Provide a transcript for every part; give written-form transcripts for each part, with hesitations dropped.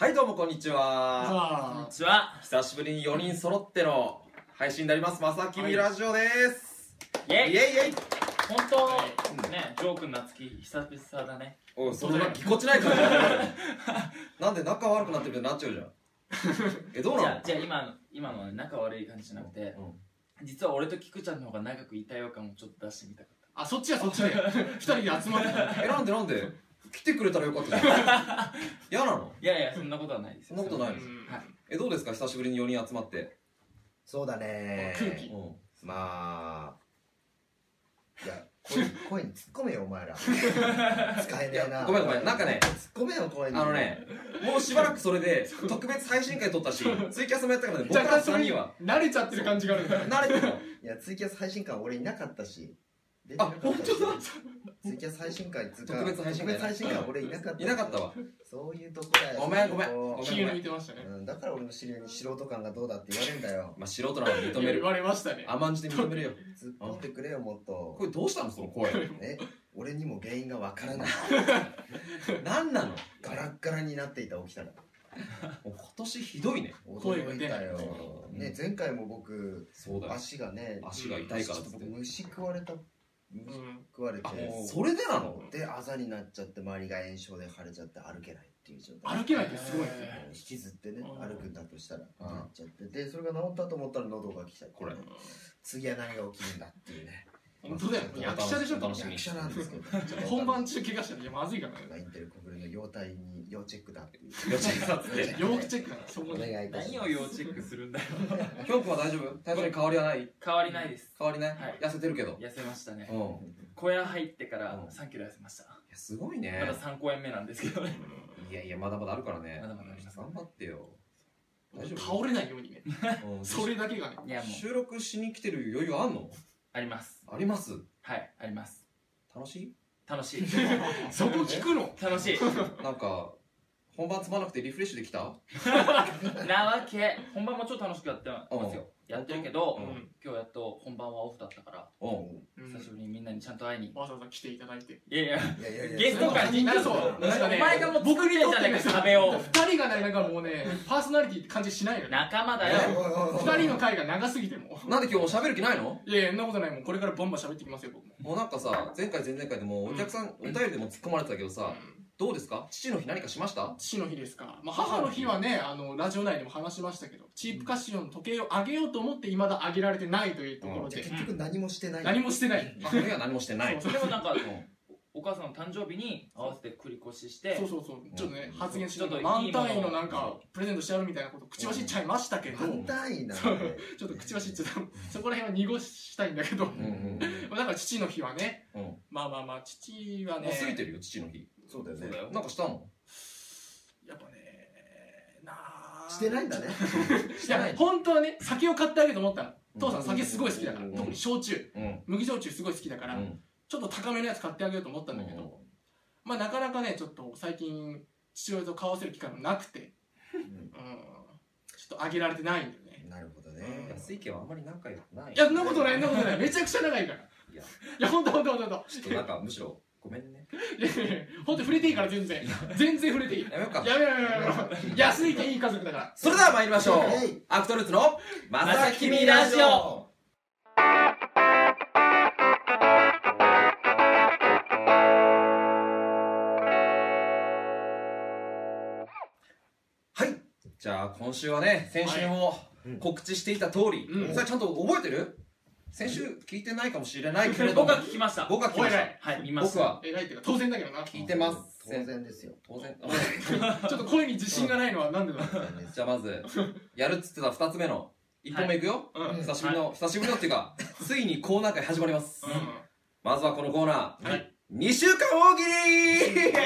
はいどうもこんにちは。 こんにちは。 久しぶりに4人揃っての配信になります。まさきみラジオです。 イエイイエイイエイ。 本当ね、ジョー君夏希久々だね。 おい、それぎこちない感じなんで仲悪くなってるみたいになっちゃうじゃん。どうなの？ じゃあ今のは仲悪い感じじゃなくて、実は俺と菊ちゃんの方が長くいたよ感をちょっと出してみたかった。 あ、そっちやそっちで2人で集まってなんで来てくれたらよかったじゃん。嫌なの？ いやいや、そんなことはないですよ。 そんなことないです。 はい。 どうですか久しぶりに4人集まって。 そうだね。 空気まあいや声に突っ込めよお前ら。使えねえな。 ごめんなんかね、 突っ込めよ声に。 もうしばらくそれで特別配信会撮ったし、ツイキャスもやったからね、僕ら3人は慣れちゃってる感じがあるんだ。 慣れてるの。 いやツイキャス配信会俺いなかったし。 あ、本当だ。 ツイキャス配信会つうか特別配信会俺いなかった。 いなかったわ。 そういうとこだよ。 ごめん。 気抜いてましたね。 だから俺の知り合いに素人感がどうだって言われるんだよ。 まあ素人なの認める。 言われましたね。 甘んじて認めるよ。 突っ込んでくれよもっと。 これどうしたのその声。 俺にも原因がわからない。 何なの？ ガラッガラになっていた起きたら。 今年ひどいね。 驚いたよ。ね前回も僕足が痛いからって虫食われてそれでなの？ であざになっちゃって周りが炎症で腫れちゃって歩けないっていう状態。 歩けないってすごいですね。 引きずってね歩くんだとしたらなっちゃってでそれが治ったと思ったら喉が来ちゃって次は何が起きるんだっていうね。 本当だよ。役者でしょ。 役者なんですけど本番中怪我したらまずいからね。 インテル国連の要体に要チェックだっていう。 要チェックだって要チェックだ。そこお願いいたします。 何を要チェックするんだよ。 ヒョン君は大丈夫？体調に変わりはない？ 変わりないです。 変わりない？痩せてるけど。 痩せましたね。 うん。 小屋入ってから3キロ痩せました。いやすごいね。 まだ3公演目なんですけどね。 いやまだまだあるからね。 まだまだあります。 頑張ってよ。 大丈夫？倒れないようにね。それだけがね。 収録しに来てる余裕あんの？ あります。 あります。 はい、あります。 楽しい？ 楽しい。 そこ聞くの？ 楽しい。 なんか本番つまなくてリフレッシュできた？ なわけ。本番も超楽しくやってますよ。やってるけど、今日やっと本番はオフだったから、久しぶりにみんなにちゃんと会いに。 わざわざ来ていただいて。 いやゲスト会になるぞ。お前がもう僕見れじゃないか壁を。 2人がねなんかもうねパーソナリティって感じしないよね。 仲間だよ。 2人の回が長すぎても。 なんで今日喋る気ないの？ いやそんなことないもん。これからバンバン喋ってきますよ僕も。 もうなんかさ前回前々回でもお客さんお便りでも突っ込まれてたけどさ。どうですか？父の日何かしました？ 父の日ですか。まあ母の日はねラジオ内でも話しましたけど、チープカシオの時計をあげようと思って未だあげられてないというところで、 結局何もしてない。 何もしてない。 それは何もしてない。 でもなんかお母さんの誕生日に合わせて繰り越しして、 そうちょっとね発言しちょっと満単位のなんかプレゼントしてやるみたいなこと口走っちゃいましたけど、 満単位なんでちょっと口走っちゃった。そこら辺は濁したいんだけど、だから父の日はね、まあ父はね過ぎてるよ父の日。 そうだよね。 なんかしたの？ やっぱねしてないんだね。 いや本当はね酒を買ってあげると思ったの。父さん酒すごい好きだから、特に焼酎、麦焼酎すごい好きだから、ちょっと高めのやつ買ってあげようと思ったんだけど、まあなかなかねちょっと最近父親と交わせる機会もなくて、ちょっとあげられてないんだよね。 なるほどね。 安い家はあんまり仲良くない。 いやそんなことないめちゃくちゃ長いから。いやほんと。 ちょっとなんかむしろごめんね。 ほんと触れていいから全然触れていい。 やめようか。 やめろ。安い家いい家族だから。 それでは参りましょう。アクトルーツのまさきみラジオ。はい。じゃあ今週はね先週も告知していた通り、それちゃんと覚えてる？先週聞いてないかもしれないけれども僕は聞きました。 僕は聞きました。 はい、見ました。 僕は偉いっていうか当然だけどな。 聞いてます。 当然ですよ。 当然。 ちょっと声に自信がないのはなんでだ。 じゃあまずやるっつってた2つ目の1本目いくよ。久しぶりのっていうかついにコーナー会始まります。まずはこのコーナー2週間大喜利。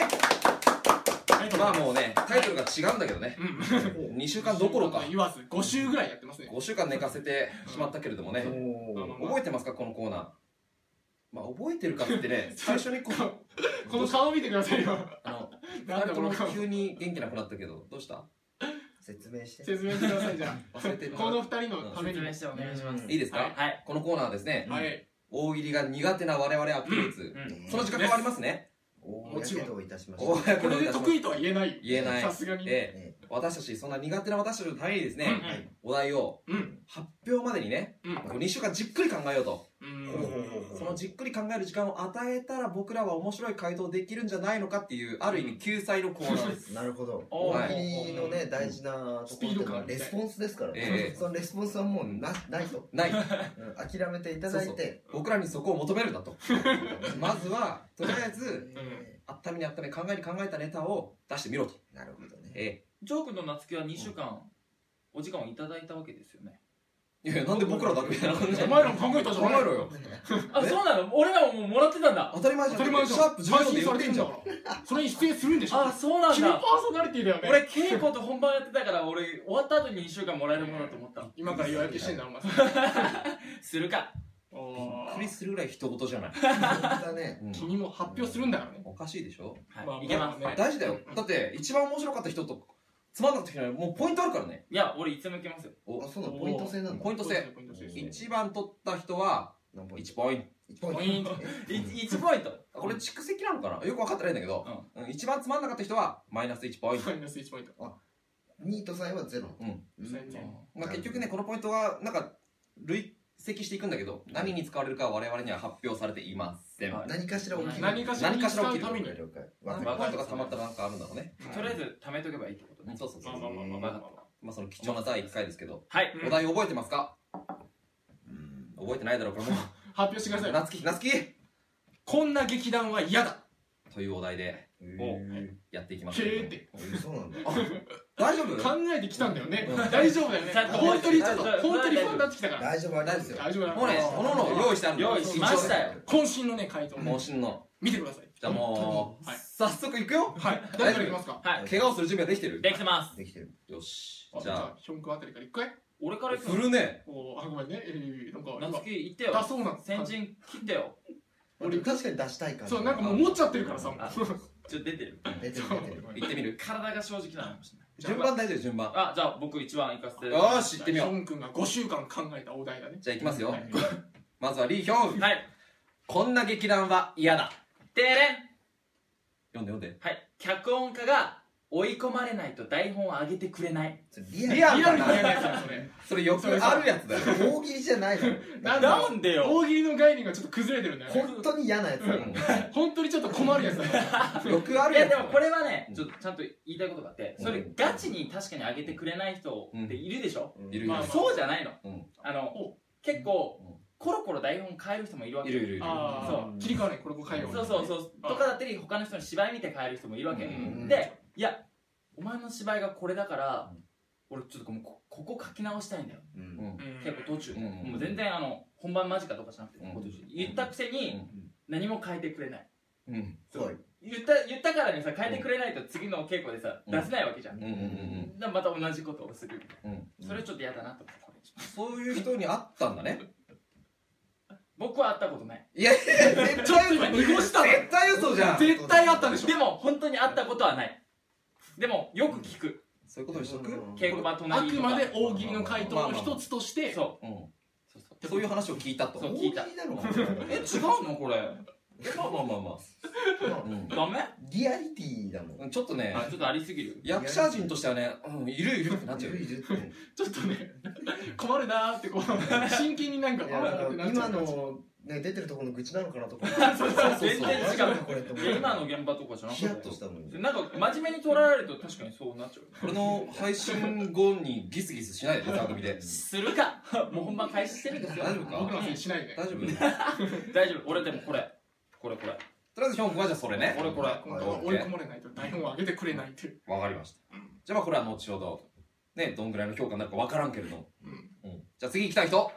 まあもうねタイトルが違うんだけどね。2週間どころか言わず5週ぐらいやってますね。 5週間寝かせてしまったけれどもね。覚えてますかこのコーナー？まあ覚えてるかってね最初にこの顔見てくださいよ。 2人とも急に元気なくなったけどどうした？ 説明してください。じゃあ忘れてる。 この2人のために説明してお願いします。 いいですか？このコーナーはですね大喜利が苦手な我々アクトルーツその自覚はありますね。 もちろん。いたしました。 これで得意とは言えない。 言えない。 さすがに。 私たち、そんな苦手な私たちのためにですね、お題を発表までにね、2週間じっくり考えようと。そのじっくり考える時間を与えたら僕らは面白い回答できるんじゃないのかっていう、ある意味救済のコーナーです。 なるほど。大喜利のね、大事なスピード感、レスポンスですからね。そのレスポンスはもうないと。 ない。 諦めていただいて。 僕らにそこを求めるんだと。まずは、とりあえず、温めに温め、考えに考えたネタを出してみろと。 なるほどね。 ジョー君と夏希は2週間、お時間をいただいたわけですよね。 いや、なんで僕らだけみたいな感じ。 お前らも考えたじゃん。 考えろよ。 あ、そうなの？俺らももうもらってたんだ。 当たり前じゃん。 当たり前じゃん。 シャープ14で言ってんじゃん。 それに出演するんでしょ。 あ、そうなんだ。 君パーソナリティだよね。 俺、稽古と本番やってたから、俺、終わった後に2週間もらえるものだと思った。 今から予約してんだ、お前。 するか。 びっくりするぐらい一言じゃない。 だね。 君も発表するんだからね。 おかしいでしょ？ はい。いけます。 大事だよ。だって、一番面白かった人と、つまんなかった人にはもうポイントあるからね。 いや、俺いつもいけますよ。 あ、そうなの？ポイント制なんだ。 ポイント制。一番取った人は、1ポイント。 1ポイント。 1ポイント。 これ蓄積なのかな？よく分かってないんだけど、一番つまんなかった人は、マイナス1ポイント。 マイナス1ポイント。 2と3は0。 結局ね、このポイントが、なんか、累積していくんだけど、何に使われるかは我々には発表されていません。 何かしら起きる。 何かしら起きるために。 何ポイントが溜まったらなんかあるんだろうね。 とりあえず、貯めとけばいいってことね。 そう。まあその貴重な第1回ですけど。 はい。 お題覚えてますか？覚えてないだろう、これも。 発表してください。 夏希こんな劇団は嫌だというお題でやっていきます。 そうなんだ。 大丈夫？ 考えてきたんだよね。大丈夫だよね。本当にファンになってきたから。 大丈夫、あれですよ。 大丈夫だよ。 もうね、おのの用意してあるんで。 用意しましたよ。 渾身のね、回答。 渾身の。 見てください。 じゃあもう、早速いくよ。 はい。誰からいきますか？ はい。 怪我をする準備はできてる？ できてます。 できてる。 よし。 じゃあ、ヒョン君あたりから一回。 俺からいくの？ 振るね。 あ、ごめんね。 夏希言ってよ。 だそうなん先陣切ってよ。 俺確かに出したいから。 そう、なんかもう持っちゃってるからさ。 ちょっと出てる。 出てる。 行ってみる。 体が正直なのかもしれない。 順番大丈夫、順番。 あ、じゃあ僕一番行かせて。 よーし、行ってみよう。 ヒョン君が5週間考えたお題だね。 じゃあ行きますよ。まずはリーヒョン。 はい。 こんな劇団は嫌だ。 てれん。 読んで。 はい。脚本家が追い込まれないと台本を上げてくれない。 リアルだな。それよくあるやつだよ。 大喜利じゃないの。 なんでよ。 大喜利の概念がちょっと崩れてるんだよね。 本当に嫌なやつだよ。 本当にちょっと困るやつだよ。 よくあるやつ。 いやでもこれはね、ちょっとちゃんと言いたいことがあって、それガチに確かに上げてくれない人っているでしょ？ いる。 そうじゃないの。結構、コロコロ台本変える人もいるわけ。 いる。 そう。切り替わない、これ変えよう。 そう。とかだったり、他の人の芝居見て変える人もいるわけ。で、いや、お前の芝居がこれだから、俺ちょっとここ書き直したいんだよ。結構途中。もう全然本番間近とかじゃなくて、言ったくせに何も変えてくれない。言ったからにさ、変えてくれないと次の稽古でさ、出せないわけじゃん。また同じことをする。それちょっと嫌だなと思って。 そういう人に会ったんだね。 僕は会ったことない。 いや、絶対今濁したの。 絶対嘘じゃん。 絶対あったでしょ。 でも本当に会ったことはない。でもよく聞く。 そういうことにしとく？ 稽古場隣とか。 あくまで大喜利の回答の一つとして、 そういう話を聞いたと。 そう聞いた。 違うのこれ。まあ。 ダメ？ リアリティだもん。 ちょっとね、 ちょっとありすぎる。 役者陣としてはね、いるってなっちゃう。 ちょっとね、困るなーってこう、真剣になんか、 今のね、出てるところの愚痴なのかなとか。 全然違う。今の現場とかじゃなくて。 ヒヤッとしたもん。 なんか真面目に捉えられると確かにそうなっちゃう。 これの配信後にギスギスしないで、番組で。 するか。もう本番開始してるんですよ。 大丈夫か？ 僕のせいしないで。 大丈夫？ 大丈夫。俺でもこれ。 とりあえずヒョン君はじゃあそれね。 これ。 追い込まれないと台本を上げてくれないっていう。 わかりました。じゃあこれは後ほど、ね、どんぐらいの評価になるかわからんけれども。じゃあ次行きたい人。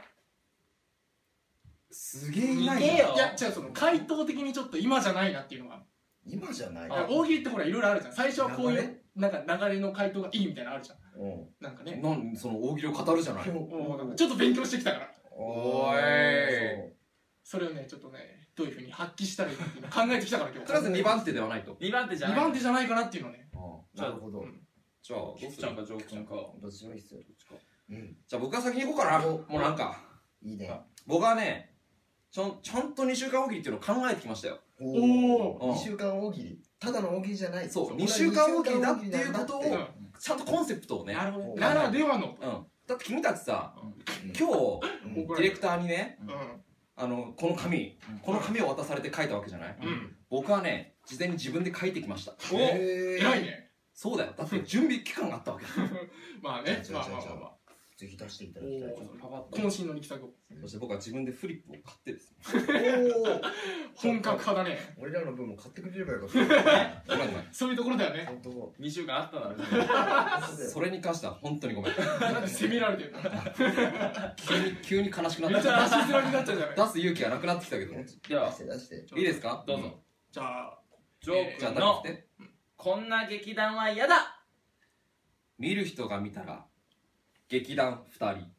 すげえいないよ。 いや、違う、その回答的にちょっと今じゃないなっていうのが。 今じゃない。 大喜利ってほらいろいろあるじゃん。最初はこういうなんか流れの回答がいいみたいなのあるじゃん。なんかね。 その大喜利を語るじゃない。ちょっと勉強してきたから。 おーい。 それをね、ちょっとね、どういうふうに発揮したらいいかっていうのを考えてきたから今日。 とりあえず2番手ではないと。 2番手じゃない。 2番手じゃないかなっていうのね。 なるほど。 じゃあ、 キツちゃんかジョークちゃんか。 どっちもいいっすよ。 じゃあ僕が先に行こうかな。もうなんか。 いいね。 僕はね、 ちゃんと2週間大喜利っていうのを考えてきましたよ。 お 2週間大喜利、ただの大喜利じゃない。 そう、2週間大喜利だっていうことをちゃんとコンセプトをね。 なるほど。ならではの。 だって君たちさ、今日ディレクターにね、この紙を渡されて書いたわけじゃない。僕はね、事前に自分で書いてきました。 偉いね。 そうだよ。だって準備期間があったわけ。 まあね。 ぜひ出していただきたい。 渾身の力作を。 そして僕は自分でフリップを買ってですね。 本格派だね。 俺らの分も買ってくれればよかった。 そういうところだよね。 2週間あったな。 それに関しては本当にごめん。 なんで責められてるの。 急に悲しくなっめっちゃ足づらになっちゃうじゃない。 出す勇気がなくなってきたけど。 では出して。 いいですか。 どうぞ。 じゃあジョー君のこんな劇団は嫌だ。 見る人が見たら劇団2人。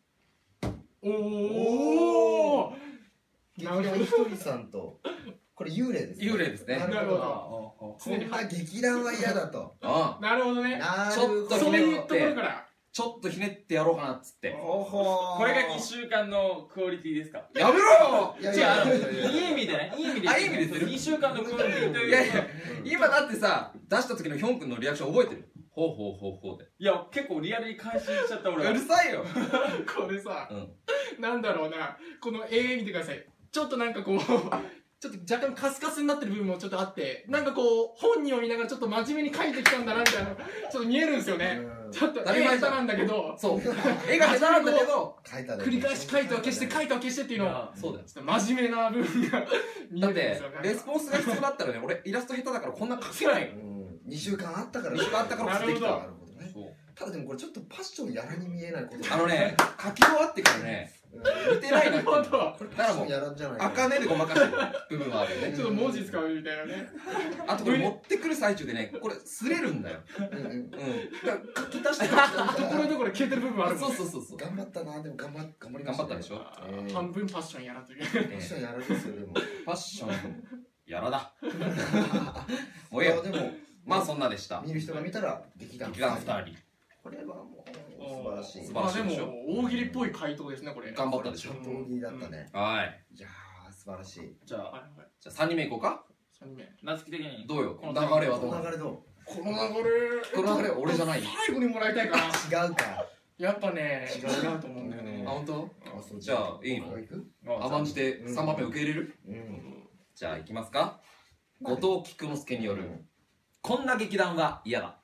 おお。 劇団ひとりさんとこれ幽霊です。 幽霊ですね。 なるほど。 こんな劇団は嫌だと。 なるほどね。 ちょっとひねって、 ちょっとひねってやろうかなっつって。 これが2週間のクオリティですか。 やめろよ。 いい意味でね。いい意味で。2週間のクオリティという。 いやいや、今だってさ、出した時のヒョン君のリアクション覚えてる。ほうで。 いや、結構リアルに返しちゃった俺。 うるさいよ。 これさ、なんだろうな、この絵見てください。ちょっとなんかこう、ちょっと若干カスカスになってる部分もちょっとあって、なんかこう、本人を見ながらちょっと真面目に描いてきたんだなみたいな、ちょっと見えるんですよね。ちょっと絵下手なんだけど、 そう。絵が下手なんだけど、 繰り返し描いては消して描いては消してっていうのを、 そうだよ。 ちょっと真面目な部分が見えるんですよね。 だって、レスポンスが必要だったらね、俺イラスト下手だからこんな描けないよ。 2週間あったから。 2週間あったから描けてきた。 なるほどね。ただでもこれちょっとパッションやらに見えないこと。 書き終わってからね、似てないなって。だからもう赤目でごまかしてる部分はあるよね。 ちょっと文字使うみたいなね。 あとこれ持ってくる最中でね、これ擦れるんだよ。だから書き足してところどころ消えてる部分ある。 そう。 頑張ったな、でも頑張ったでしょ。 半分パッションやらという。 パッションやらですよでも。 パッションやらだ。もういいよ。でもまあそんなでした。 見る人が見たら劇団 2人。 これはもう素晴らしい。 まあでも大喜利っぽい回答ですねこれ。 頑張ったでしょ。 ちゃんと大喜利だったね。 はい。 いや素晴らしい。 じゃあ 3人目いこうか。 3人目。 夏希的にどうよ。流れはどう？ この流れどう？ この流れ俺じゃない。 最後にもらいたいかな。 違うか。 やっぱね違うと思うんだよね。 あ本当？じゃあいいの？甘んじて3番目受け入れる？じゃあいきますか。後藤菊之助によるこんな劇団は嫌だ。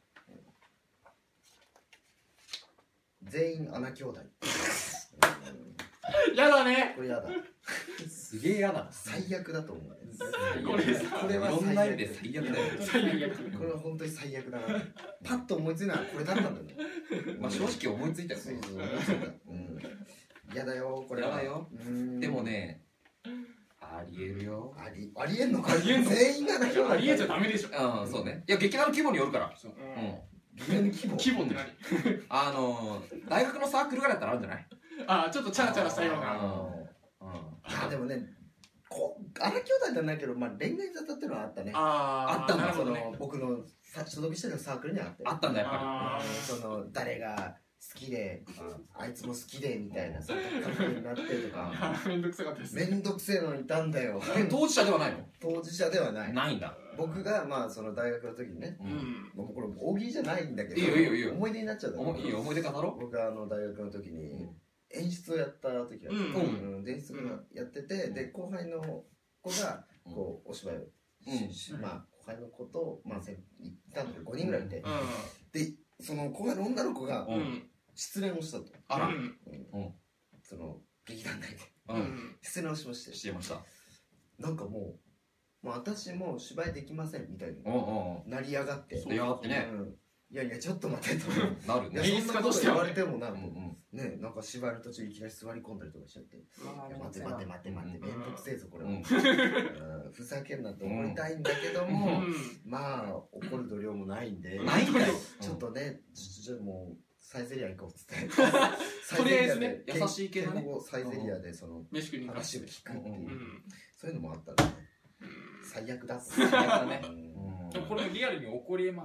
全員穴兄弟。 やだね。 これやだ。 すげえやだ。 最悪だと思う。 これはいろんな意味で最悪だよ。 これは本当に最悪だな。パッと思いついたのはこれだったんだよね。 まあ正直思いついたよ。 やだよこれは。 でもね、ありえるよ。 ありえんのか。全員がなきゃありえちゃダメでしょ。 そうね。いや劇団の規模によるから。 規模って何？ 大学のサークルぐらいだったらあるんじゃない？ ちょっとチャラチャラしたような。 でもね、荒兄弟じゃないけど、まあ恋愛沙汰っていうのはあったね。 あったんだ。 僕の所属してるサークルにはあって。 あったんだやっぱり。誰が好きで、あいつも好きでみたいなそういう感じになってとか。 めんどくさかったです。 めんどくせえのいたんだよ。 当事者ではないの？ 当事者ではない。 ないんだ。 僕がまあその大学の時にね、もうこれ大喜利じゃないんだけど、 いいよ思い出になっちゃう。 いいよ思い出語ろう。 僕が大学の時に演出をやった時が演出をやってて、で後輩の子がこうお芝居をまあ後輩の子とまあいたんだけど5人ぐらいいて、でその後輩の女の子が失恋をしたと。 あら。 その劇団内で失恋をしまして。 してました。 なんかもう私もう芝居できませんみたいになりやがって。 なりやがってね。 いやいやちょっと待ってと。 なるね。 そんなこと言われてもなね、なんか芝居の途中いきなり座り込んだりとかしちゃって、待てめんどくせえぞこれは。ふざけんなと思いたいんだけども、まあ怒る度量もないんで、ちょっとね、もうサイゼリア行こうっつって。 とりあえずね、 優しい系のね。 サイゼリアでその話を聞くっていう、そういうのもあったんで、最悪だっす。 これリアルに起こりえますよね。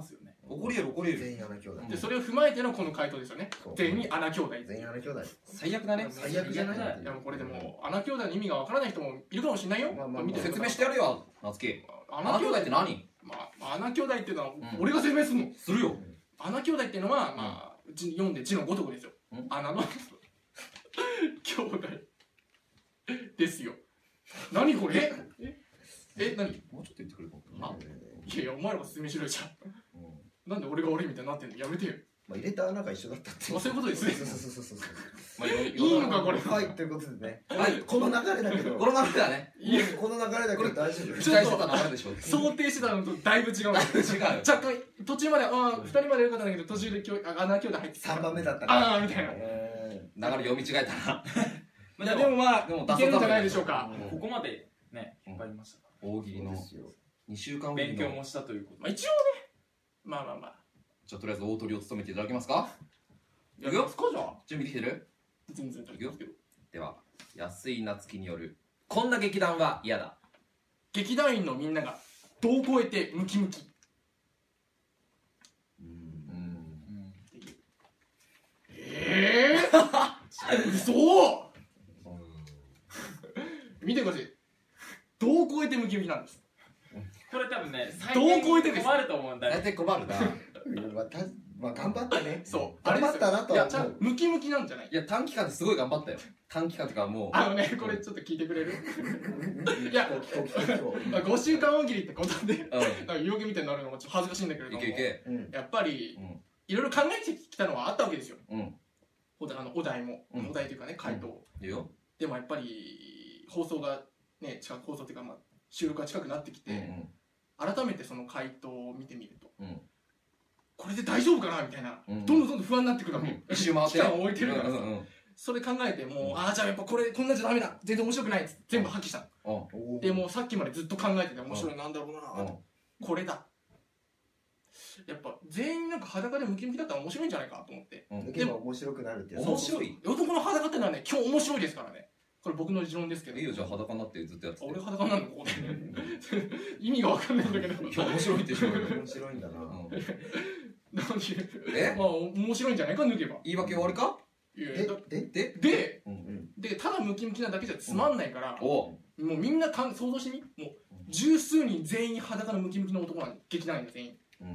怒り得る全員穴兄弟でそれを踏まえてのこの回答ですよね。全員穴兄弟。 全員穴兄弟。 最悪だね。 最悪じゃない。 いやもうこれでも穴兄弟の意味がわからない人もいるかもしれないよ。 説明してやるよ夏希。穴兄弟って何？ 穴兄弟っていうのは俺が説明するの。 するよ。 穴兄弟っていうのはまあ読んで字のごとくですよ。穴の兄弟ですよ。何これ？何？ もうちょっと言ってくれるか。 いやいや、お前らが説明しろよじゃん。なんで俺が悪いみたいになってんの？やめてよ。 入れた穴が一緒だったって。 そういうことですね。 そう。 いいのかこれ。 はい、ということでね。はい、この流れだけど。 この流れだね。 この流れだけど大丈夫。 期待してた流れでしょ。 想定してたのとだいぶ違う。 違う。 若干途中まで2人まで良かったんだけど途中で穴兄弟入って 3番目だったああみたいな。 流れ読み違えたな。 いやでもまあいけるんじゃないでしょうか。 ここまでね引っ張りました。 大喜利の2週間勉強もしたということ。 まあ一応ね。まあ。 じゃあとりあえず大トリを務めていただけますか。 いくよ。じゃあ準備できてる？ 全然いくよ。 では安井夏樹によるこんな劇団は嫌だ。 劇団員のみんなが度を超えてムキムキ。嘘。見てください。度を超えてムキムキなんです。 これ多分ね、 どう超えて困ると思うんだよ。 大体困るな。 まあ頑張ったね。 そう。 頑張ったなとは思う。 ムキムキなんじゃない？ いや短期間ですごい頑張ったよ。短期間とかもう。 これちょっと聞いてくれる？いや、5週間大喜利ってことで、容疑みたいになるのもちょっと恥ずかしいんだけれども。やっぱりいろいろ考えてきたのはあったわけですよ。お題も、お題というかね、回答。でもやっぱり放送がね、放送っていうかまあ収録が近くなってきて、改めてその回答を見てみると、これで大丈夫かなみたいな、どんどん不安になってくるわけ。 一周回って期間を置いてるからさ、それ考えてもう、じゃあやっぱこんなんじゃダメだ、全然面白くないって全部破棄したの。でもうさっきまでずっと考えてて面白いなんだろうな、これだ。やっぱ全員なんか裸でムキムキだったら面白いんじゃないかと思って。 でも面白くなるってやつ。 面白い。 男の裸ってのはね、今日面白いですからね。これ僕の持論ですけど。 いいよ、じゃあ裸になってずっとやってて。 俺裸になるのここで。意味がわかんないんだけど。 今日面白いでしょ。 面白いんだな。 まあ面白いんじゃないか、抜けば。 言い訳終わりか？ で、ただムキムキなだけじゃつまんないから、もうみんな想像してみ、もう十数人全員裸のムキムキの男なんで、劇団員の全員。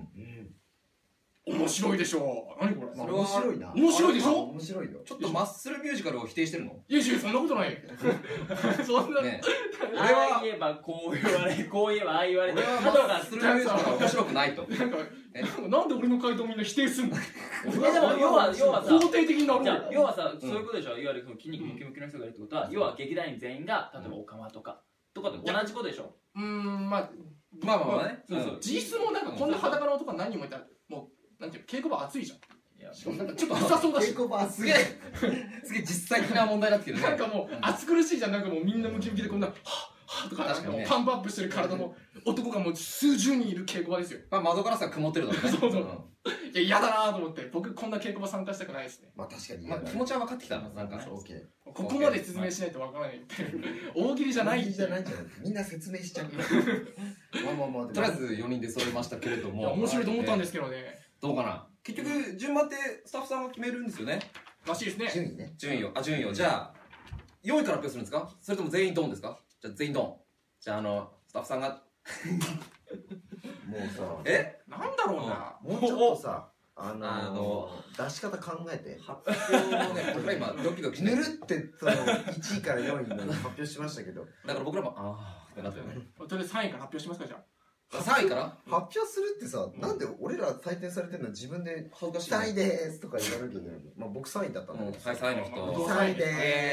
面白いでしょ。何これ。 面白いな。 面白いでしょ。 面白いよ。 ちょっとマッスルミュージカルを否定してるの？ いやそんなことないよ。そんなね。 ああ言えばこう言われ、こう言えばああ言われて、 俺はマッスルミュージカルが面白くないと。 なんで俺の回答みんな否定すんの？ でも要はさ、 肯定的になるんだよ。 要はさ、そういうことでしょ。いわゆる筋肉ムキムキの人がいるってことは、要は劇団員全員が例えばオカマとかと同じことでしょ。 まあね。実質もなんかこんな裸の男が何人もいたらもう。なんていう稽古場暑いじゃん。なんかちょっと臭そうだし。 稽古場すげえ実際的な問題になってるね。 なんかもう暑苦しいじゃん。なんかもうみんなムキムキでこんなはぁとかパンプアップしてる体の男がもう数十人いる稽古場ですよ。 まあ窓ガラスが曇ってるだろうね。 そう。いや嫌だなと思って僕こんな稽古場参加したくないですね。 まあ確かに。 まあ気持ちは分かってきたな。なんかここまで説明しないと分からないって大喜利じゃない。 みんな説明しちゃう。 とりあえず4人で揃いましたけれども。 面白いと思ったんですけどね。 どうかな。結局順番ってスタッフさんが決めるんですよね。 らしいですね。 順位をじゃあ4位から発表するんですか？それとも全員ドンですか？じゃあ全員ドン。じゃあスタッフさんがもうさなんだろうな。 もうちょっとさ出し方考えて。 発表のね僕ら今ドキドキぬるって1位から4位の発表しましたけど。 だから僕らもってなったよね。 とりあえず3位から発表しますか。じゃあ 3位から発表するってさ、なんで俺ら採点されてるの自分で3位でーすとか言わなきゃいけないの？まあ僕3位だったんだけど。 はい、3位の人。 3位で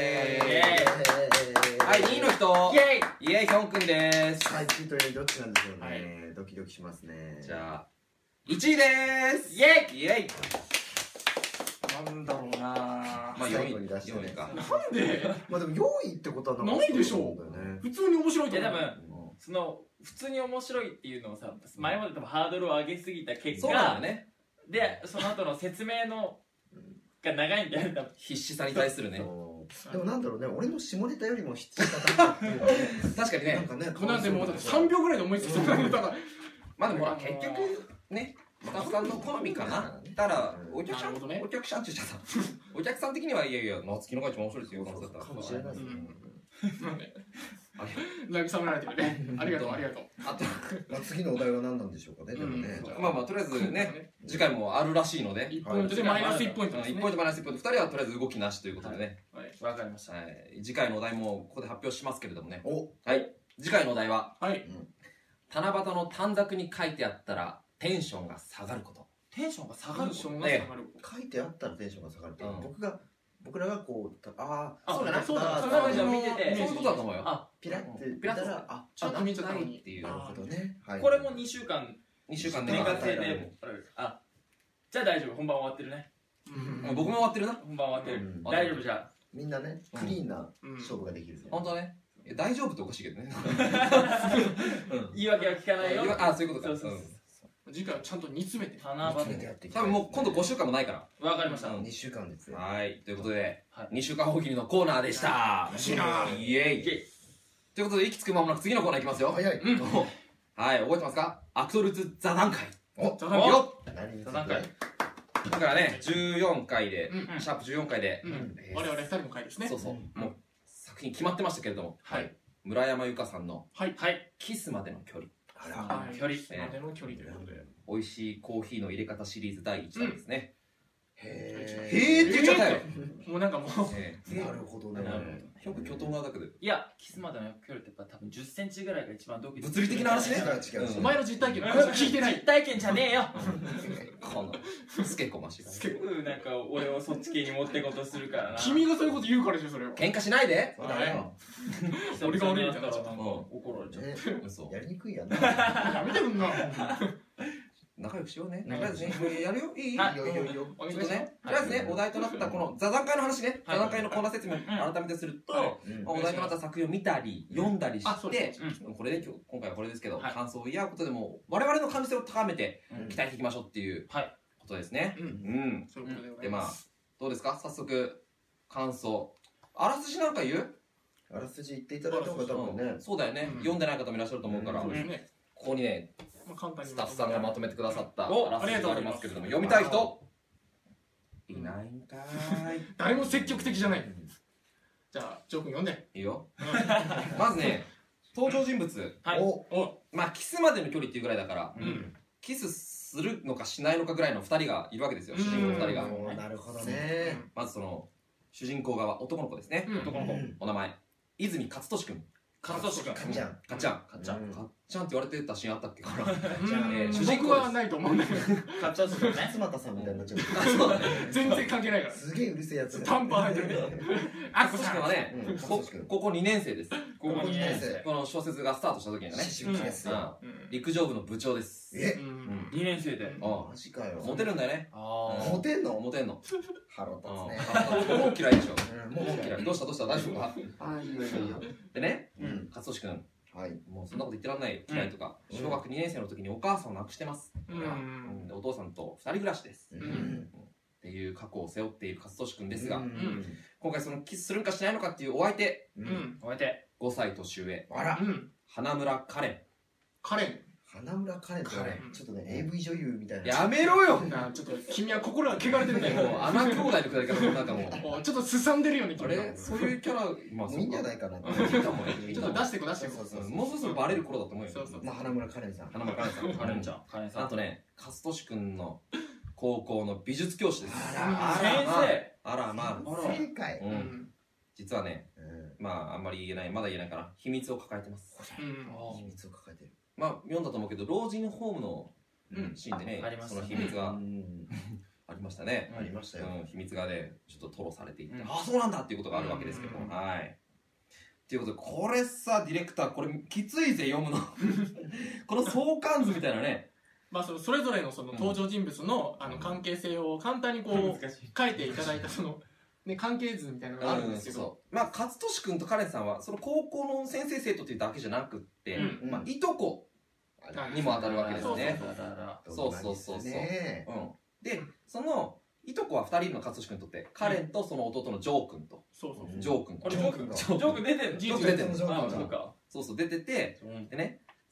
ーす。 はい、2位の人。イエーイ、ヒョンくんでーす。 はい、1位と4位どっちなんでしょうね。ドキドキしますね。 じゃあ、1位でーす。 イエーイ。 イエーイ。 なんだろうな。 まあ4位に出してね。 なんで？ まあでも4位ってことはないでしょう。普通に面白いと思う。 いや多分その普通に面白いっていうのをさ、前まで多分ハードルを上げすぎた結果、 そうなんだね。 でその後の説明のが長いんだよね。 必死さに対するね。 でもなんだろうね、俺の下ネタよりも必死さだったっていうのはね。 確かにね。 なんでも3秒ぐらいで思いつきそうなネタが。 まあでも結局ね、 スタッフさんの好みかな。だからお客さんって言っちゃった。お客さん的にはいやいや夏希のが一番面白いですよ。 かもしれないですね。 慰められてるね。ありがとう。 あと次のお題は何なんでしょうかね。でもね。 まあとりあえずね次回もあるらしいので。 1ポイントでマイナス1ポイントですね。 1ポイントマイナス1ポイント。2人はとりあえず動きなしということでね。 わかりました。 次回のお題もここで発表しますけれどもね。 はい。 次回のお題ははい。 七夕の短冊に書いてあったらテンションが下がること。 テンションが下がること。 書いてあったらテンションが下がるって。僕らがこうそうだな。 そう見ててそういうことだと思うよ。 ピラって見たらちょっと見ちゃったのにっていう。 なるほどね。 これも2週間寝かせて。じゃあ大丈夫。本番終わってるね。 僕も終わってるな。 本番終わってる。大丈夫じゃあ。 みんなねクリーンな勝負ができる。 本当ね。大丈夫っておかしいけどね。 言い訳は聞かないよ。 そういうことか。 次回はちゃんと煮詰めて多分もう今度5週間もないから。 わかりました。 2週間ですね。 はいということで2週間大喜利のコーナーでした。イエイということで息つく間もなく次のコーナーいきますよ。 早い。 はい覚えてますか。アクトルズ座談会。 座談会。 だからね14回でシャープ14回で我々2人の回ですね。 そうもう作品決まってましたけれども村山由佳さんのキスまでの距離。 距離までの距離ということで美味しいコーヒーの入れ方シリーズ第1弾ですね。 へーって言っちゃったよ。 もうなんかもうなるほどね。 よく巨頭側だけど。 いやキスまでの距離ってやっぱ多分10センチぐらいが一番ドキドキ。 物理的な話ね。 お前の実体験聞いてない。 実体験じゃねえよ。 このスケコマシがなんか俺をそっち系に持ってこうとするからな。 君がそういうこと言うからでしょそれを。 喧嘩しないで。 俺が悪いみたいな。 怒られちゃう。やりにくいやな。 やめてくんな。 仲良くしようね。とりあえずねやるよ。いい。 いいよ。 ちょっとねとりあえずねお題となったこの座談会の話ね。座談会のコーナー説明改めてするとお題となった作品を見たり読んだりしてこれで今回はこれですけど感想を言い合うことでも我々の感受性を高めて鍛えていきましょうっていうことですね。でまあどうですか早速感想。あらすじなんか言う？ あらすじ言っていただいた方が多分ね。 そうだよね。読んでない方もいらっしゃると思うからここにねスタッフさんがまとめてくださったあらすじがありますけれども読みたい人いないんかーい。 誰も積極的じゃない。じゃあジョー君読んで。 いいよ。まずね登場人物まあキスまでの距離っていうぐらいだからキスするのかしないのかぐらいの2人がいるわけですよ。主人公2人が。 なるほどね。 まずその主人公側男の子ですね。男の子お名前泉勝利君。 勝利君。 かっちゃんって言われてたシーンあったっけかな。 僕はないと思うんだけど。 勝利君ね。 勝俣さんみたいになっちゃう。 全然関係ないから。 すげえうるせえやつ。 短パン履いてる。 勝利君はね高校2年生です。 高校2年生。 この小説がスタートした時にはね陸上部の部長です。 2 年生で。 マジかよ。 モテるんだよね。 モテんの？ モテんの。 腹立つね。もう嫌いでしょ。 もう嫌い。 どうした大丈夫か？ いいよ。 でね勝利君もうそんなこと言ってらんない嫌いとか小学2年生の時にお母さんを亡くしてます。お父さんと2人暮らしですっていう過去を背負っている勝利君ですが今回そのキスするんかしないのかっていうお相手5歳年上花村カレン。 花村カレンってちょっとね AV 女優みたいな。 やめろよ。 ちょっと君は心が汚れてるんだよ。 もう穴兄弟のくだり方なんかもうちょっとすさんでるよね。 あれそういうキャラまあいいんじゃないかな。 ちょっと出してく出してく。 もうそろそろバレる頃だと思うよ。 まあ花村カレンさん。 花村カレンさん。カレンちゃん。あとね勝利君の高校の美術教師です。 先生。 あらまあ。 正解。 実はねまああんまり言えないまだ言えないから秘密を抱えてます。 秘密を抱えてる。 まあ読んだと思うけど老人ホームのシーンでねその秘密がありましたね。 ありましたよ。 秘密がねちょっと吐露されていてあそうなんだっていうことがあるわけですけどもはいということでこれさディレクターこれきついぜ読むのこの相関図みたいなねまあそれぞれのその登場人物の関係性を簡単にこう書いていただいたそのね、関係図みたいなのがあるんですけどまあ勝利君とカレンさんはその高校の先生生徒っていうだけじゃなくってまあいとこにも当たるわけですね。そうでそのいとこは2人いるの勝利君にとってカレンとその弟のジョー君とジョー君ジョー君出てるの？ ジョー君出てるの。そう出ててでね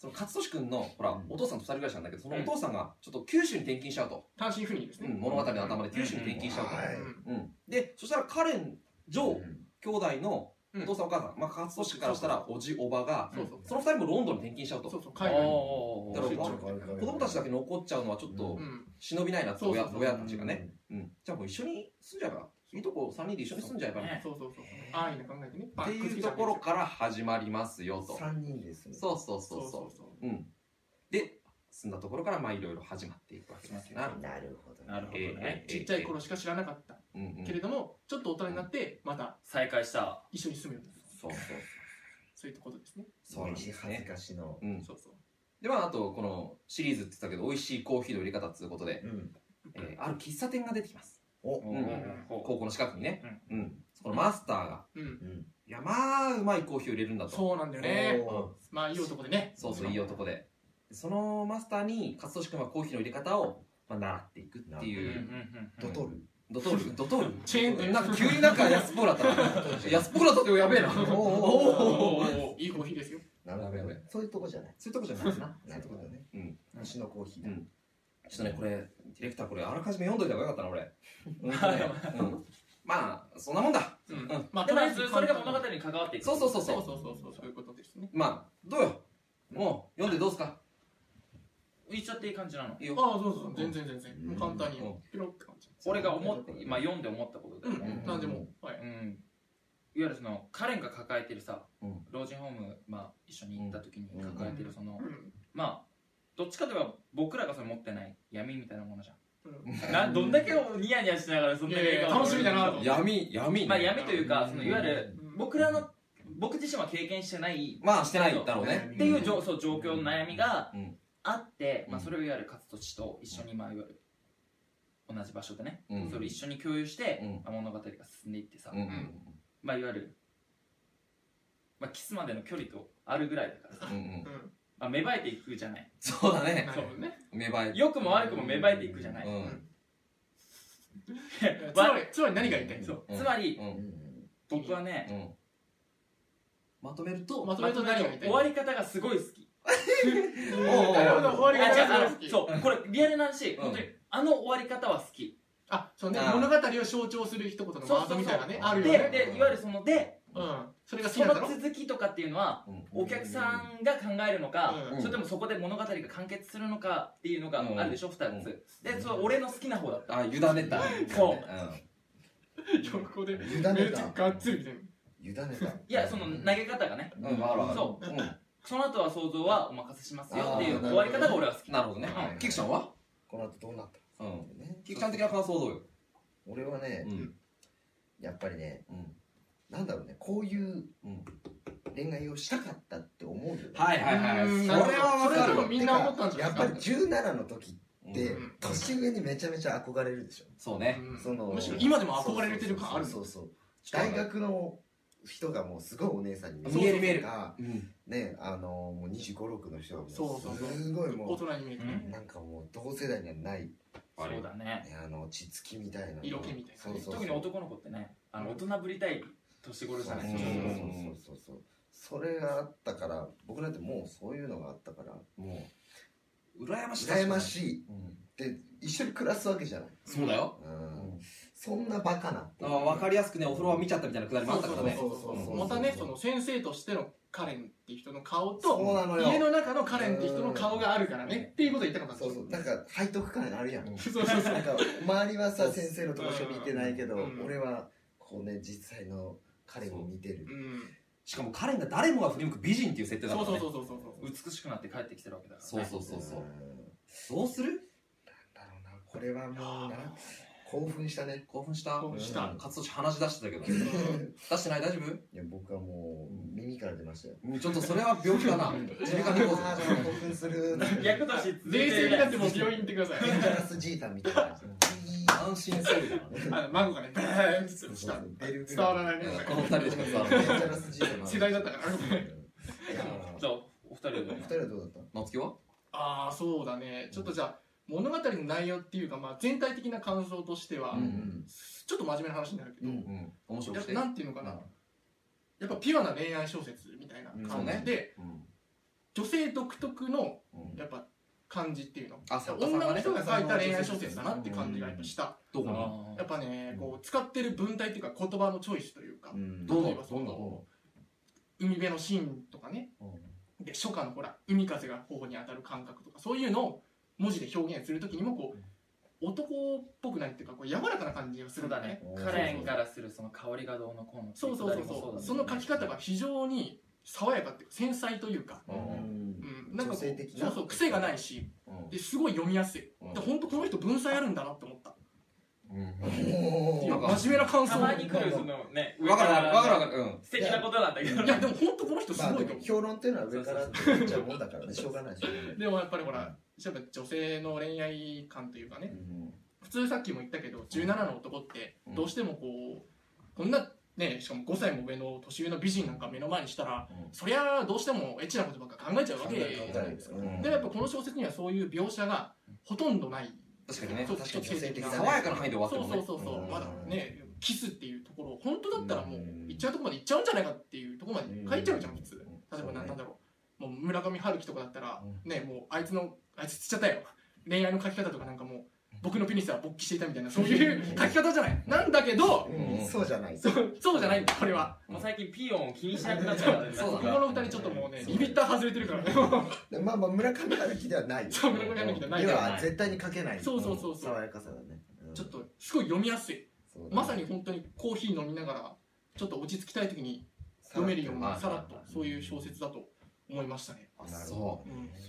その勝利君のほらお父さんと2人暮らしなんだけど、そのお父さんがちょっと九州に転勤しちゃうと、 単身赴任ですね。 物語の頭で九州に転勤しちゃうと、 はい。 でそしたらカレンジョー兄弟のお父さんお母さん、勝利君からしたらおじおばがその2人もロンドンに転勤しちゃうと、 そうそう、海外に。 だから子供たちだけ残っちゃうのはちょっと忍びないなって親たちがね、じゃあもう一緒に住んじゃえばいいとこ3人で一緒に住んじゃえばね、 そうそうそう、安易な考えてねっていうところから始まりますよと。 3人ですね。 そうそうそうそうで住んだところからまあいろいろ始まっていくわけですな。 なるほどなるほどね。 ちっちゃい頃しか知らなかったけれども、ちょっと大人になってまた再会した一緒に住むようになる。 そうそうそういったことですね。 そうなんですね。恥ずかしの。 そうそう。 でまああとこのシリーズって言ったけど美味しいコーヒーの入れ方っていうことで、ある喫茶店が出てきます。高校の近くにね、そのマスターが、いやまあうまいコーヒーを入れるんだと。 そうなんだよね。まあいい男でね。 そうそういい男で、そのマスターに勝利君はコーヒーの入れ方を習っていくっていう。 ドトールチェーン店なんか急になんか安っぽくなったな。安っぽくなったってやべえな。 いいコーヒーですよ。 なるほど。そういうとこじゃない。 そういうとこじゃないですな。 なるほどね。星のコーヒーだ。 ちょっとねこれディレクターこれあらかじめ読んどいた方がよかったな俺。まあそんなもんだ。 まあとりあえずそれが物語に関わっていく。 そうそういうことですね。 まあどうよ。もう読んでどうすか。 言っちゃっていい感じなの？ いいよ。ああそうそう全然簡単にピロって感じ。 俺がまあ読んで思ったことだよね。 なんでも。 はい。いわゆるそのカレンが抱えてるさ、老人ホームまあ一緒に行った時に抱えてるそのまあどっちかといえば僕らがそれ持ってない闇みたいなものじゃん。どんだけニヤニヤしながらそんなに楽しみだなと。 闇まあ闇というかそのいわゆる僕自身は経験してないまあしてないだろうねっていう状況の悩みがあって、まあそれをいわゆる勝利と一緒にまあいわゆる同じ場所でねそれを一緒に共有して物語が進んでいってさ、まあいわゆるまあキスまでの距離とあるぐらいだからさ。まあ、芽生えていくじゃない。 そうだね。 芽生え。 良くも悪くも芽生えていくじゃない。 つまり何が言いたいの？ つまり僕はね、 まとめると何が言いたい？ 終わり方がすごい好き。 なるほど、終わり方が好き。 そうこれリアルな話、本当にあの終わり方は好き。 そうね、物語を象徴する一言のワードみたいなね、あるよね。 でいわゆるそのそれがその続きとかっていうのはお客さんが考えるのか、それともそこで物語が完結するのかっていうのがあるでしょ、2つで、それ俺の好きな方だった。 委ねた。 そうここで委ねた。 がっつり委ねた。いやその投げ方がね、その後は想像はお任せしますよっていう終わり方が俺は好き。 なるほどね。キクちゃんはこの後どうなった？ キクちゃん的な感想どうよ？ 俺はねやっぱりねなんだろうね、こういう恋愛をしたかったって思うよね。 はいそれは分かる。 みんな思ったんじゃない？ やっぱり17の時って年上にめちゃめちゃ憧れるでしょ。 そうね。 むしろ今でも憧れてる感ある。 そう大学の人がもうすごいお姉さんに見えるね、もう25、6の人がすごいもう大人に見える。 なんかもう同世代にはないそうだね、 血つきみたいな色気みたいな。 特に男の子ってね、大人ぶりたい年頃じゃないですか。 そうそれがあったから、僕なんてもうそういうのがあったから、もう羨ましいで一緒に暮らすわけじゃない。 そうだよ。 そんなバカなって分かりやすくね、お風呂は見ちゃったみたいなくだりもあったからね。 またね、その先生としてのカレンっていう人の顔と家の中のカレンっていう人の顔があるからねっていうことを言ったかった。 そうなんか背徳感あるやん。なんかそう周りはさ先生のとこしか見てないけど、俺はこうね実際のカレンを見てる。 しかもカレンが誰もが振り向く美人っていう設定だからね。 美しくなって帰ってきてるわけだから。 そうどうする？ なんだろうな、これはもうな興奮したね。 興奮した。勝利鼻血出してたけど。出してない？大丈夫？ いや僕はもう耳から出ましたよ。 ちょっとそれは病気だな。自分が猫だ。 興奮する。 役として冷静になっても病院行ってください。 デンジャラスジータンみたいな。 安心するよ。 孫がね、バーンってした伝わらないね。 この2人でしか伝わらない。 デンジャラスジータン。 世代だったから。 じゃあお二人はどうだった？ 夏希は？ そうだね。ちょっとじゃあ物語の内容っていうか、まあ全体的な感想としてはちょっと真面目な話になるけど、 面白くてなんていうのかな、やっぱピュアな恋愛小説みたいな感じで、 女性独特のやっぱ感じっていうの、女の人が書いた恋愛小説だなって感じがやっぱした。 どこにやっぱね、こう使ってる文体っていうか言葉のチョイスというか、例えばその海辺のシーンとかね、で初夏のほら海風が頬に当たる感覚とか、そういうのを文字で表現するときにもこう男っぽくないっていうか、こう柔らかな感じがするんだね。 カレンからするその香りがどうのこうの、 そうその書き方が非常に爽やかっていうか繊細というか、なんかそう癖がないし、ですごい読みやすい。で本当この人文才あるんだなって思った。真面目な感想。 たまに来るそのね、 わかる、 素敵なことなんだけど。 いやでも本当この人すごいと思う。 評論っていうのは上から出ちゃうもんだからね、しょうがないし。 でもやっぱりほら、やっぱ女性の恋愛観というかね、普通さっきも言ったけど17の男ってどうしてもこうこんなね、しかも5歳も上の年上の美人なんか目の前にしたら、そりゃどうしてもエッチなことばっか考えちゃうわけじゃないですか。でやっぱこの小説にはそういう描写がほとんどない。 確かにね、 確かに女性的な爽やかな範囲で終わってるもんね。 そうまだね、キスっていうところ本当だったらもう行っちゃうとこまで行っちゃうんじゃないかっていうところまで書いちゃうじゃん普通。例えばなんだろう、もう村上春樹とかだったらね、もうあいつつっちゃったよ、恋愛の書き方とかなんかもう僕のペニスは勃起していたみたいな、そういう書き方じゃない。なんだけど、 そうじゃない。 そうじゃないんだ、これは。 もう最近ピーヨンを気にしなくなっちゃう。 ここの二人ちょっともうね、リミッター外れてるからね。 まあ村上春樹ではない。 そう、村上春樹ではない。 では絶対に書けない。 そう。 爽やかさだね。 ちょっとすごい読みやすい。まさに本当にコーヒー飲みながら、ちょっと落ち着きたい時に読めるような、さらっと、そういう小説だと思いましたね。 そう。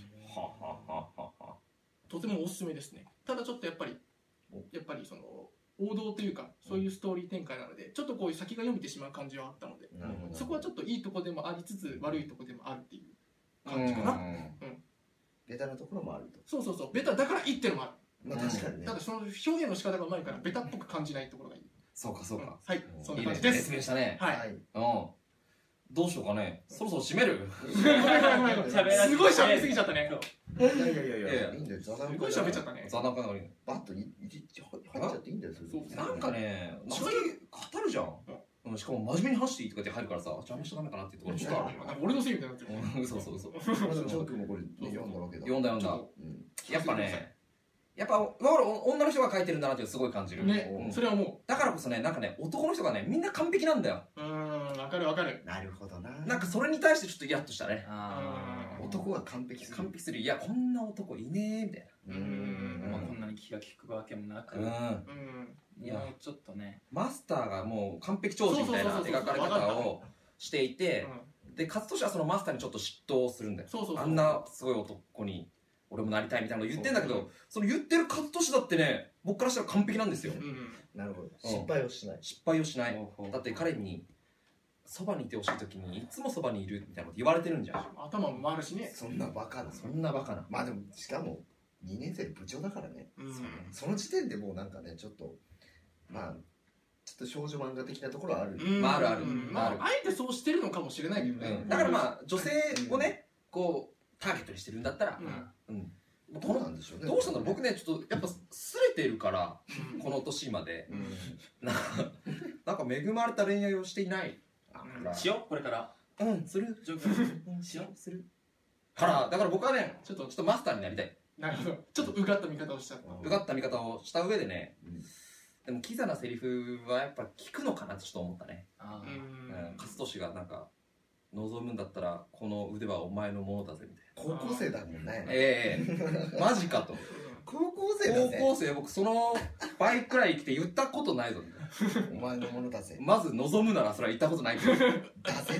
とてもおすすめですね。ただちょっとやっぱりその王道というかそういうストーリー展開なのでちょっとこういう先が読めてしまう感じはあったので、そこはちょっといいとこでもありつつ悪いとこでもあるっていう感じかな。 ベタなところもあると。 そうベタだからいいってのもある。 まあ確かにね。 ただその表現の仕方がうまいからベタっぽく感じないところがいい。 そうか。 はい、そんな感じです。 説明したね。 はい。 どうしようかね。そろそろ締める。 すごい喋りすぎちゃったね。 いや、いいんだよ。すごい喋っちゃったね。 座談会のバッと入っちゃっていいんだよ。 なんかね、正直語るじゃん。しかも真面目に話していいとかって入るからさ、邪魔しちゃダメかなっていうところちょっとある。 俺のせいみたいになってる。 そう。 ジョー君もこれ読んだわけだ。 読んだ。やっぱね、女の人が書いてるんだなってすごい感じる。 ね、それはもう。 だからこそね、なんかね、男の人がね、みんな完璧なんだよ。 わかる。 なるほどな。 なんかそれに対してちょっとイラッとしたね。 男が完璧する。いや、こんな男いねえみたいな。こんなに気が利くわけもなく。いや、ちょっとね。 マスターがもう完璧超人みたいな描かれ方をしていて、で、勝利はそのマスターにちょっと嫉妬するんだよ。あんなすごい男に。俺もなりたいみたいなの言ってんだけど、その言ってる勝利だってね、僕からしたら完璧なんですよ。 なるほど。失敗をしない。 だって彼にそばにいてほしい時にいつもそばにいるみたいなこと言われてるんじゃん。 頭も回るしね。 そんなバカな。まあでもしかも2年生部長だからね。その時点でもうなんかね、ちょっとまあちょっと少女漫画的なところはある。 まあある。 あえてそうしてるのかもしれないけどね。 だからまあ女性をね、こうターゲットにしてるんだったら、 どうなんでしょうね。 どうしたんだろう。僕ね、ちょっとやっぱすれてるからこの年までなんか恵まれた恋愛をしていない。 しようこれから。 する。 しようする。 だから僕はね、ちょっとマスターになりたい。 なるほど。ちょっとうがった見方をした。 うがった見方をした上でね。でもキザなセリフはやっぱ聞くのかなってちょっと思ったね。勝利がなんか望むんだったらこの腕はお前のものだぜみたいな。高校生だもんね。 マジかと。 高校生だぜ。 高校生、僕その倍くらい生きて言ったことないぞみたいな。 お前のものだぜ。 まず望むならそれは言ったことないけど。 だぜって。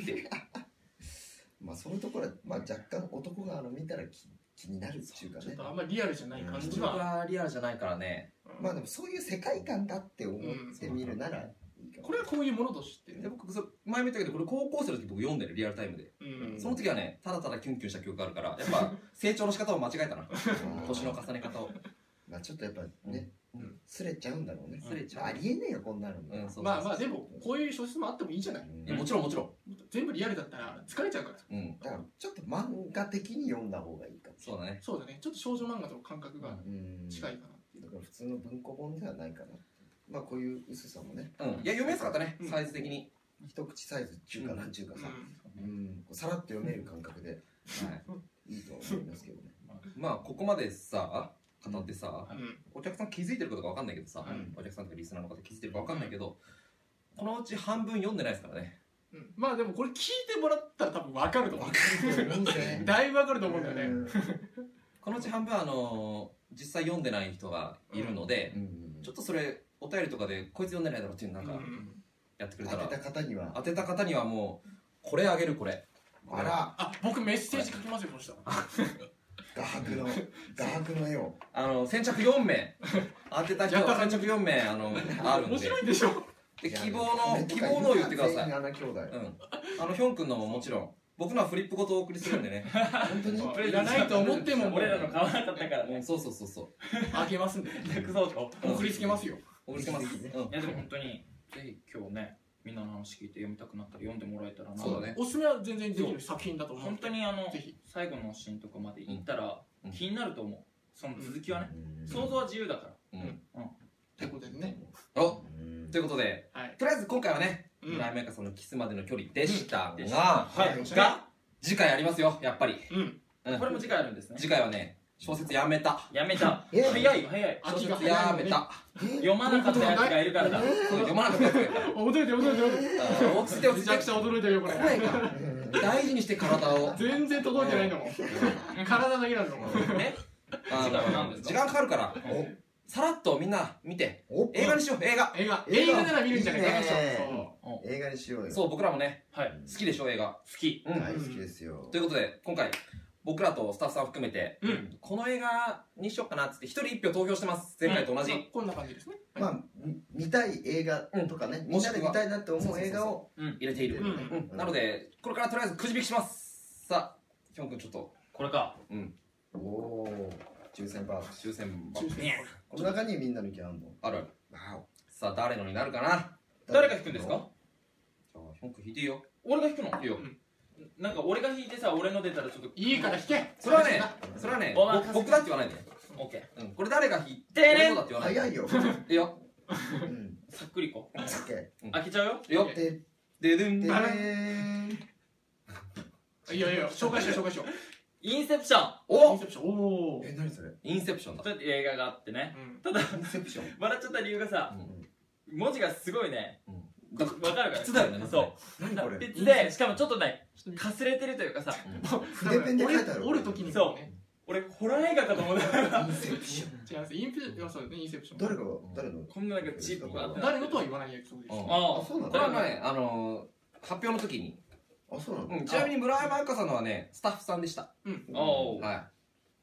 まあそのところはまあ若干男が見たら気になるっていうかね。 ちょっとあんまりリアルじゃない感じは。リアルじゃないからね。 まあでもそういう世界観だって思ってみるなら。 これはこういうものとしてで僕前も言ったけどこれ高校生の時僕読んでるリアルタイムで、その時はねただただキュンキュンした記憶があるからやっぱ成長の仕方を間違えたな年の重ね方をまあちょっとやっぱねすれちゃうんだろうね。 すれちゃう。 ありえねえよこんなの。 まあでもこういう小説もあってもいいじゃない。 もちろん全部リアルだったら疲れちゃうから。 だからちょっと漫画的に読んだ方がいいかも。 そうだね。 ちょっと少女漫画との感覚が近いかな。 だから普通の文庫本ではないかな。まあこういう薄さもね。 いや読みやすかったね、サイズ的に。 一口サイズ中かなんちゅうかさ、さらっと読める感覚でいいと思いますけどね。 まあここまでさ語ってさ、お客さん気づいてることか分かんないけどさ、お客さんとかリスナーの方気づいてるか分かんないけど、このうち半分読んでないですからね。 まあでもこれ聞いてもらったら多分分かると思う。だいぶ分かると思うんだよね。 このうち半分実際読んでない人がいるので、ちょっとそれお便りとかでこいつ読んでないだろうっていうなんかやってくれたら、 当てた方にはもうこれあげる。これあら、 僕メッセージ書きますよ。そしたら画伯の絵を先着4名当てた人は先着4名あるんで、 面白いでしょ。 で希望のを言ってください。 全員兄弟。 ヒョン君のももちろん、僕のはフリップごとお送りするんでね。 本当にいらないと思っても俺らの買わなかったからね。 そうあげますんで送りつけますよ。 送りつけます。 いやでも本当にぜひ今日ね、みんなの話聞いて読みたくなったら読んでもらえたらな。 そうだね。 おすすめは全然できる作品だと思う。 本当にぜひ最後のシーンとかまで行ったら気になると思う。その続きはね、想像は自由だから。 ってことですね。 ということで、とりあえず今回はね、村山由佳さんのキスまでの距離でしたが、次回ありますよ、やっぱり。 これも次回あるんですね。 次回はね、小説やめた。 早い早い。 小説やめた。 読まなかったやつがいるからだ。 読まなかったやつがいるから。 驚いて落ちてめちゃくちゃ驚いてるよこれ。 大事にして体を。 全然届いてないんだもん。体だけなんだもんね。 時間かかるからさらっとみんな見て、映画にしよう。映画なら見るんじゃないかな。 映画にしようよ。 そう、僕らもね好きでしょ、映画。 好き。 好きですよ。 ということで今回僕らとスタッフさん含めてこの映画にしようかなっつって1人1票投票してます。前回と同じ。 こんな感じですね。 まあ見たい映画とかね、みんなで見たいなって思う映画を入れている。なのでこれからとりあえずくじ引きします。さあヒョン君ちょっとこれか。 おお、抽選バー。この中にみんなの意見あるの？ ある。さあ誰のになるかな。 誰が引くんですか？ じゃあヒョン君引いていいよ。 俺が引くの？ いいよ。 なんか俺が引いてさ、俺の出たらちょっといいから引け。 それはね僕だって言わないで。 オッケー。これ誰が引いてね。 早いよ。 いいよ。 さっくりこ。 オッケー。開けちゃうよ。 いいよ。ででん。 いや紹介しよう。 インセプション。 インセプション。おお。 何それ？ インセプションだ。 そうやって映画があってね。ただインセプション。 笑っちゃった理由がさ、文字がすごいね。わかるから。 筆だよね。 そう。 何これ？ 筆で、しかもちょっとね、かすれてるというかさ。 筆ペンで書いてある。 折るときにそう。俺ホラー映画かと思った。 インセプション。 違います。インセプション。 誰の？ こんななんかチップがあって。 誰のとは言わない約束です。 ああ、 そうなの？ これはね発表の時に。 あ、そうなの？ ちなみに村山由佳さんのはねスタッフさんでした。 はい。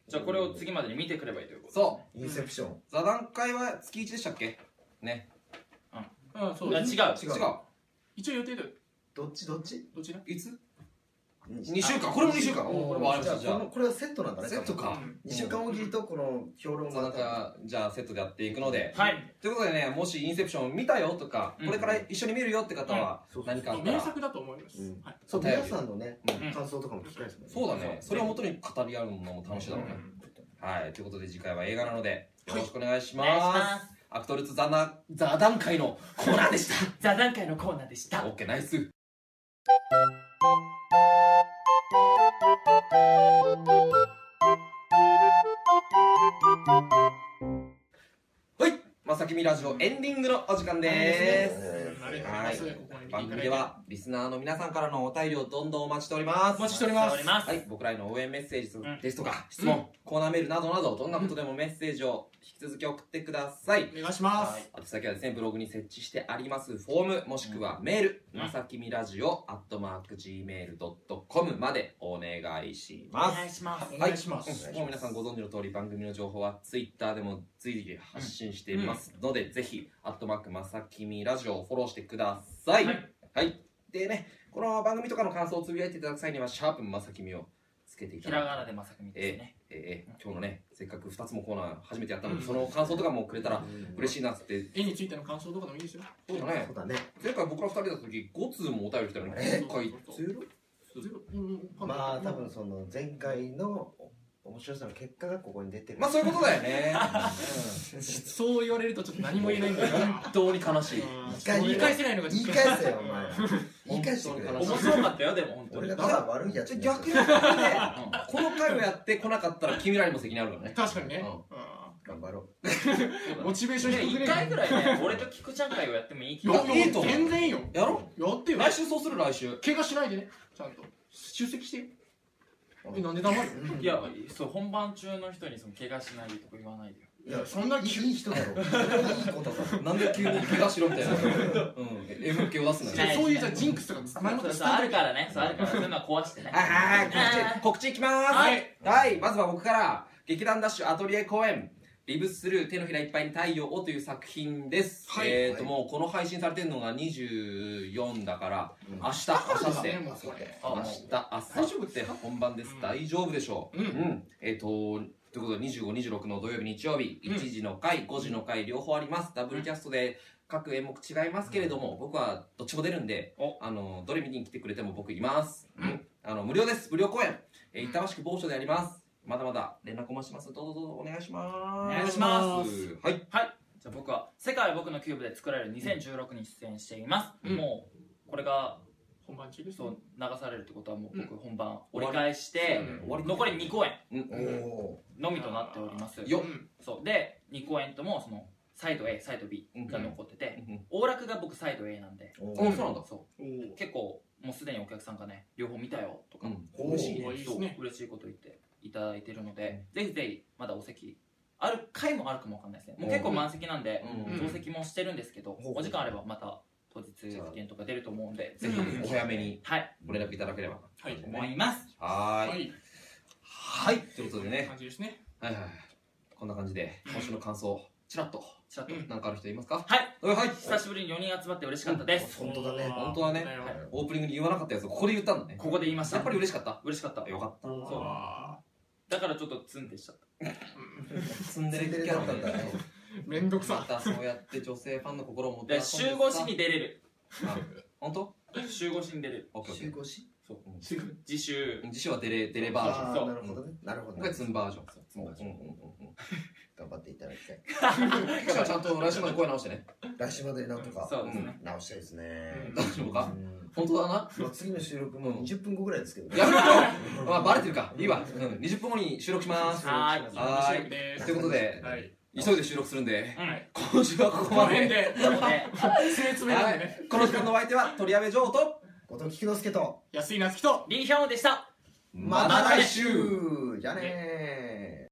じゃあこれを次までに見てくればいいということ。 そう。 インセプション。 座談会は月1でしたっけ？ね。 そう。 違う。 一応予定だよ。 どっちだ？ いつ？2週間。これも2週間。 じゃあこれはセットなんだね。 セットか。 2週間大喜利とこの評論座談会はじゃあセットでやっていくので。 はい。 ということでね、もしインセプション見たよとかこれから一緒に見るよって方は何かあったら名作だと思います。 そう、皆さんのね感想とかも聞きたいですね。 そうだね。それをもとに語り合うのも楽しいだろうね。はい。ということで次回は映画なのでよろしくお願いします。アクトルツ座談会のコーナーでした。 座談会のコーナーでした。 オッケー、ナイス。はい、まさきみラジオエンディングのお時間です。はい、番組ではリスナーの皆さんからのお便りをどんどんお待ちしております。 お待ちしております。 はい、僕らへの応援メッセージですとか質問、コーナーメールなどなどどんなことでもメッセージを引き続き送ってください。 お願いします。 宛先はですね、ブログに設置してありますフォームもしくはメール、まさきみラジオ@gmail.com までお願いします。 お願いします。 お願いします。 もう皆さんご存知の通り番組の情報は Twitter でも随時発信していますので、ぜひまさきみラジオをフォローしてください。はい。でね、この番組とかの感想をつぶやいていただく際にはシャープまさきみをつけていただいて、 ひらがなでまさきみですね。 今日のね、せっかく2つもコーナー初めてやったので、その感想とかもくれたら嬉しいなっつって。 絵についての感想とかでもいいですよ。 そうだね。前回僕ら2人だった時5通もお便り来たのに、今回ゼロ。 まあ多分その前回の面白さの結果がここに出てる。 まあそういうことだよね。 そう言われるとちょっと何も言えないんだけど本当に悲しい。 言い返せないのが言い返せよお前。言い返してくれ。 面白かったよでも本当に。 俺がただ悪いやつ。 逆にこの回をやってこなかったら君らにも責任あるからね。 確かにね。 頑張ろう。モチベーション低くね。 1回ぐらいね、俺と菊ちゃん会をやってもいい気がする。 いいと思う。 全然いいよ。 やろう。やってよ。 来週そうする来週。 怪我しないでね。ちゃんと出席してよ。なんで黙る？ いや、そう本番中の人にその怪我しないでとか言わないでよ。 いや、そんないい人だろ。いいことだろ。 なんで急に怪我しろみたいな。MK を出すんだよ。 そういうじゃジンクスとか前もってあるからね、そうあるからそういうのは壊してね。 告知いきまーす。はい、まずは僕から劇団ダッシュアトリエ公演リブスルー手のひらいっぱいに太陽をという作品です。もうこの配信されてるのが24だから明日、明後日、本番です。大丈夫でしょう。ということで25、26の土曜日、日曜日、1時の回、5時の回両方あります。ダブルキャストで各演目違いますけれども、僕はどっちも出るんで、どれ見に来てくれても僕います。無料です。無料公演。板橋区某所でやります。まだまだ連絡お待ちします。どうぞどうぞお願いします。 お願いします。 はい。 はい。じゃあ僕は世界僕のキューブで作られる2016に出演しています。もうこれが本番中です。 そう流されるってことはもう僕本番折り返して残り2公演のみとなっております。そうで2公演ともそのサイド A、サイド B が残ってて、大楽が僕サイド A なんで、 そうなんだ。 そう結構もうすでにお客さんがね両方見たよとか嬉しい嬉しいこと言っていただいてるので、ぜひぜひまだお席ある回もあるかもわかんないですね。もう結構満席なんで増席もしてるんですけど、お時間あればまた当日付券とか出ると思うんで、ぜひお早めにはいご連絡いただければと思います。 はいということでね、 感じですね。 はいこんな感じで今週の感想ちらっと何かある人いますか？ はい久しぶりに4人集まって嬉しかったです。 本当だね。 本当だね。オープニングに言わなかったやつをここで言ったんだね。 ここで言いました。 やっぱり嬉しかった。 嬉しかった。 よかった。 そうだからちょっとツンってしちゃった。 ツンデレキャラだったね。 めんどくさ。 またそうやって女性ファンの心を持って集合しに出れる。 本当？ 集合しに出れる。 集合し？ そう。自習はデレバージョン。 なるほどね。なるほど。 今回ツンバージョン。 頑張っていただきたい。 今日はちゃんと来週まで声直してね。 来週までなんとか直したいですね。 大丈夫か？本当だな。 次の収録も20分後ぐらいですけど。 やめろよ。まあバレてるか。いいわ。20分後に収録します。 はい。 ということで急いで収録するんで、今週はここまで。この時間のお相手は鳥矢部城と後藤菊之助と安井夏樹とリーヒョンでした。 また来週。じゃあねー。